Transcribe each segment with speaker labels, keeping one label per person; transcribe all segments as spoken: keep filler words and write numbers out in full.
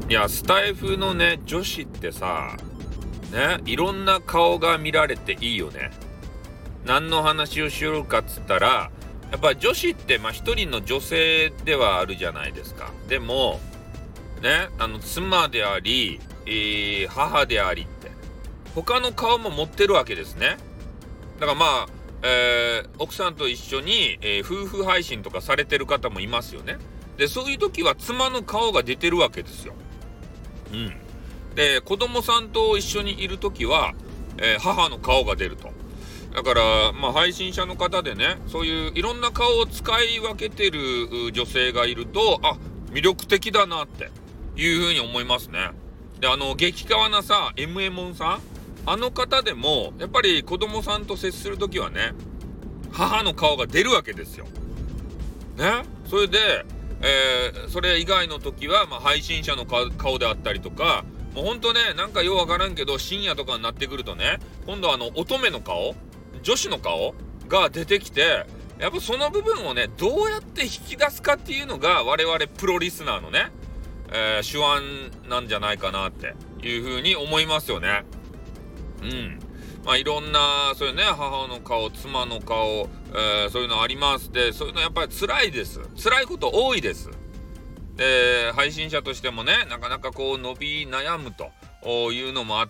Speaker 1: いや、スタイフのね、女子ってさ、ね、いろんな顔が見られていいよね。何の話をしようかっつったら、やっぱ女子ってまあ一人の女性ではあるじゃないですか。でも、ね、あの妻であり、えー母でありって、他の顔も持ってるわけですね。だからまあ、えー奥さんと一緒に、えー夫婦配信とかされてる方もいますよね。で、そういう時は妻の顔が出てるわけですよ。うん。で、子供さんと一緒にいるときは、えー母の顔が出ると。だから、まあ、配信者の方でね、そういういろんな顔を使い分けてるう女性がいると、あ、魅力的だなっていうふうに思いますね。で、あの、激川なさ、エムエモンさん、あの方でも、やっぱり子供さんと接するときはね、母の顔が出るわけですよ。ね。それで、えーそれ以外の時は、まあ、配信者の顔顔であったりとか、もうほんとね、なんかようわからんけど、深夜とかになってくるとね、今度はあの、乙女の顔、女子の顔が出てきて、やっぱその部分をね、どうやって引き出すかっていうのが、我々プロリスナーのね、えー手腕なんじゃないかなっていうふうに思いますよね。うん。まあいろんな、そういうね、母の顔、妻の顔、えーそういうのあります。で、そういうのやっぱり辛いです。辛いこと多いです。で、配信者としてもね、なかなかこう伸び悩むというのもあって、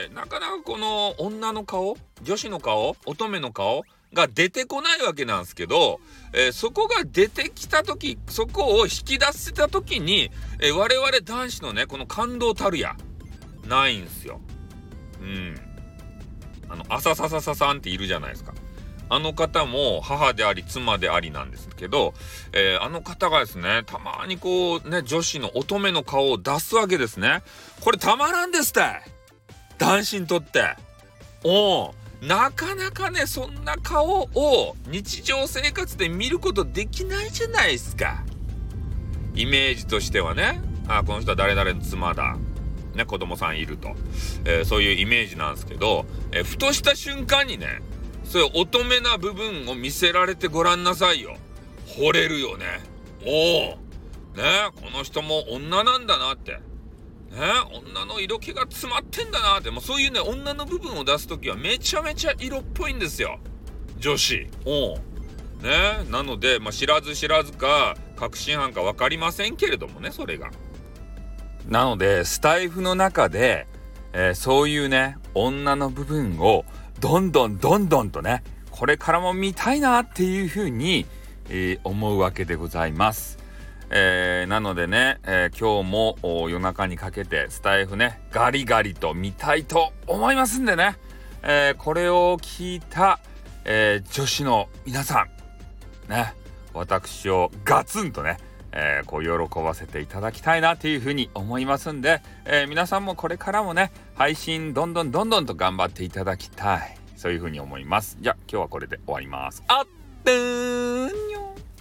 Speaker 1: なかなかこの女の顔、女子の顔、乙女の顔が出てこないわけなんですけど、えーそこが出てきた時、そこを引き出せた時に、えー我々男子のね、この感動たるや、ないんすよ。うん。あの、あさささささんっているじゃないですか。あの方も母であり妻でありなんですけど、えーあの方がですね、たまにこうね、女子の乙女の顔を出すわけですね。これたまらんですって男子にとって。おうなかなかね、そんな顔を日常生活で見ることできないじゃないですか。イメージとしてはね、あ、この人は誰々の妻だ。ね、子供さんいると。えーそういうイメージなんですけど、えーふとした瞬間にね、そういう乙女な部分を見せられてごらんなさいよ。惚れるよね。おお。ね、この人も女なんだなって。ね、女の色気が詰まってんだなって。もうそういうね、女の部分を出すときはめちゃめちゃ色っぽいんですよ。女子。おお。ね、なので、まあ、知らず知らずか、確信犯か分かりませんけれどもね、それが。なので、スタイフの中で、えーそういうね、女の部分をどんどんどんどんとね、これからも見たいなっていうふうに、えー思うわけでございます。えーなのでね、えー今日もお夜中にかけてスタイフね、ガリガリと見たいと思いますんでね、えーこれを聞いた、えー女子の皆さん、ね、私をガツンとね、えーこう喜ばせていただきたいなというふうに思いますんで、えー皆さんもこれからもね、配信どんどんどんどんと頑張っていただきたい、そういうふうに思います。じゃあ今日はこれで終わります。あってーんにょん。